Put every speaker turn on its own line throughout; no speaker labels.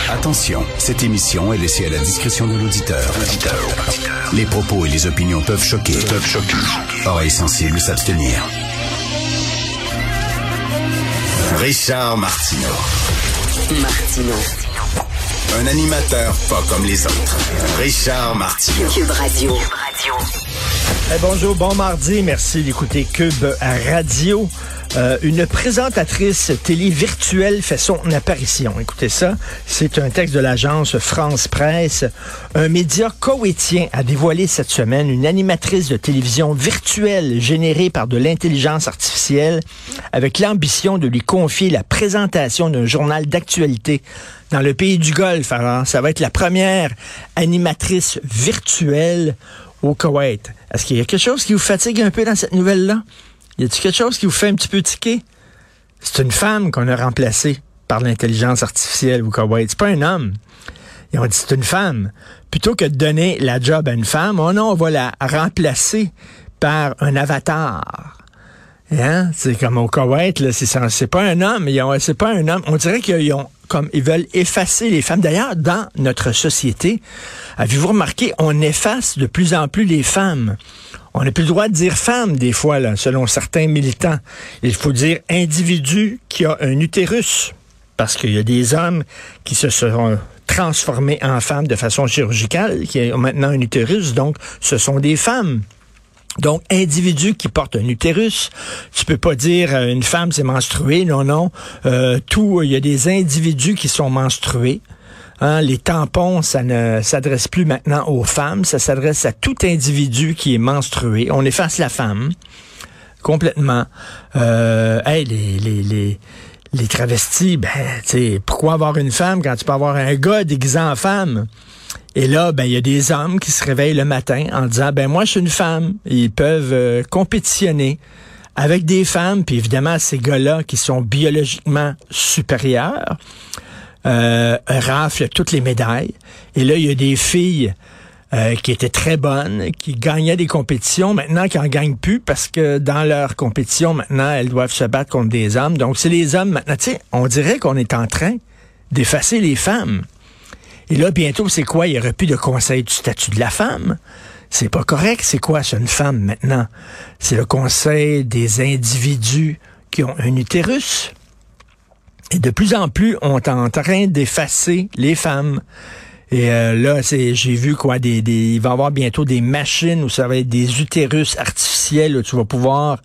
Attention, cette émission est laissée à la discrétion de l'auditeur. Les propos et les opinions peuvent choquer. Oreilles sensibles s'abstenir. Richard Martineau. Un animateur pas comme les autres. Richard Martineau.
Cube Radio.
Bonjour, bon mardi. Merci d'écouter Cube Radio. Une présentatrice télé virtuelle fait son apparition. Écoutez ça, c'est un texte de l'agence France Presse. Un média koweïtien a dévoilé cette semaine une animatrice de télévision virtuelle générée par de l'intelligence artificielle avec l'ambition de lui confier la présentation d'un journal d'actualité dans le pays du Golfe. Alors, ça va être la première animatrice virtuelle au Koweït. Est-ce qu'il y a quelque chose qui vous fatigue un peu dans cette nouvelle-là? Y a-t-il quelque chose qui vous fait un petit peu tiquer? C'est une femme qu'on a remplacée par l'intelligence artificielle au Koweït. C'est pas un homme. Ils ont dit c'est une femme. Plutôt que de donner la job à une femme, oh non, on va la remplacer par un avatar. Hein? C'est comme au Koweït, là, c'est pas un homme. C'est pas un homme. On dirait ils veulent effacer les femmes. D'ailleurs, dans notre société, avez-vous remarqué, on efface de plus en plus les femmes. On n'a plus le droit de dire femme, des fois, là, selon certains militants. Il faut dire individu qui a un utérus. Parce qu'il y a des hommes qui se sont transformés en femmes de façon chirurgicale, qui ont maintenant un utérus, donc ce sont des femmes. Donc, individu qui porte un utérus, tu peux pas dire une femme c'est menstruée, non. Il y a des individus qui sont menstrués. Hein, les tampons, ça ne s'adresse plus maintenant aux femmes, ça s'adresse à tout individu qui est menstrué. On efface la femme complètement. Les travestis, pourquoi avoir une femme quand tu peux avoir un gars déguisé en femme? Et là, il y a des hommes qui se réveillent le matin en disant, moi, je suis une femme. Ils peuvent compétitionner avec des femmes, puis évidemment, ces gars-là qui sont biologiquement supérieurs, raflent toutes les médailles. Et là, il y a des filles qui étaient très bonnes, qui gagnaient des compétitions, maintenant qui en gagnent plus parce que dans leur compétition, maintenant, elles doivent se battre contre des hommes. Donc, c'est les hommes maintenant. Tu sais, on dirait qu'on est en train d'effacer les femmes. Et là, bientôt, c'est quoi? Il n'y aurait plus de conseil du statut de la femme. C'est pas correct. C'est quoi, c'est une femme maintenant? C'est le conseil des individus qui ont un utérus. Et de plus en plus, on est en train d'effacer les femmes. Et là, j'ai vu il va y avoir bientôt des machines où ça va être des utérus artificiels où tu vas pouvoir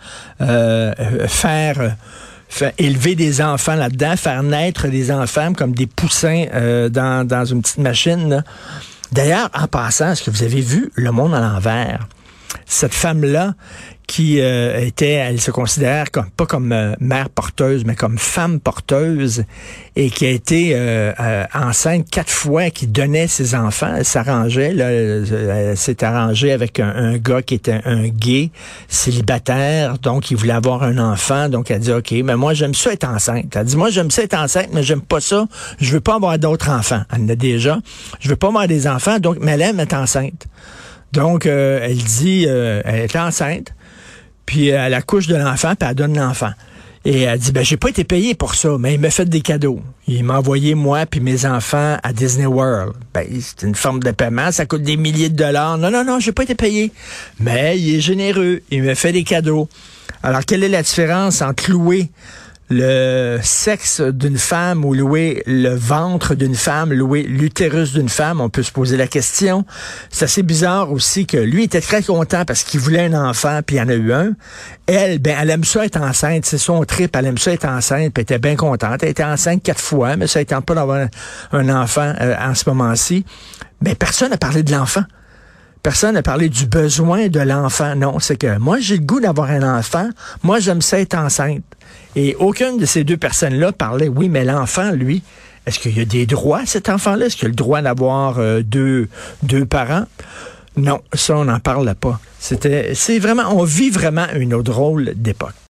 faire élever des enfants là-dedans, faire naître des enfants comme des poussins dans une petite machine, là. D'ailleurs, en passant, est-ce que vous avez vu Le Monde à l'envers? Cette femme-là qui elle se considère pas comme mère porteuse, mais comme femme porteuse et qui a été enceinte 4 fois, qui donnait ses enfants. Elle s'arrangeait, là, elle s'est arrangée avec un gars qui était un gay, célibataire, donc il voulait avoir un enfant. Donc elle dit, OK, mais moi j'aime ça être enceinte. Elle dit, moi j'aime ça être enceinte, mais j'aime pas ça. Je veux pas avoir d'autres enfants. Elle en a déjà. Je veux pas avoir des enfants, donc, mais elle aime être enceinte. Donc, elle dit, elle est enceinte, puis elle accouche de l'enfant, puis elle donne l'enfant. Et elle dit, j'ai pas été payée pour ça, mais il m'a fait des cadeaux. Il m'a envoyé, moi puis mes enfants, à Disney World. C'est une forme de paiement, ça coûte des milliers de dollars. Non, j'ai pas été payé. Mais il est généreux, il me fait des cadeaux. Alors, quelle est la différence entre louer le sexe d'une femme ou louer le ventre d'une femme, louer l'utérus d'une femme? On peut se poser la question. C'est assez bizarre aussi que lui était très content parce qu'il voulait un enfant, puis il en a eu un. Elle, elle aime ça être enceinte. C'est son trip, elle aime ça être enceinte, puis elle était bien contente. Elle était enceinte 4 fois, mais ça ne tente pas d'avoir un enfant en ce moment-ci. Mais personne n'a parlé de l'enfant. Personne n'a parlé du besoin de l'enfant. Non, c'est que moi, j'ai le goût d'avoir un enfant. Moi, j'aime ça être enceinte. Et aucune de ces deux personnes-là parlait, oui, mais l'enfant, lui, est-ce qu'il y a des droits, cet enfant-là? Est-ce qu'il a le droit d'avoir deux parents? Non, ça, on n'en parle pas. On vit vraiment une autre drôle d'époque.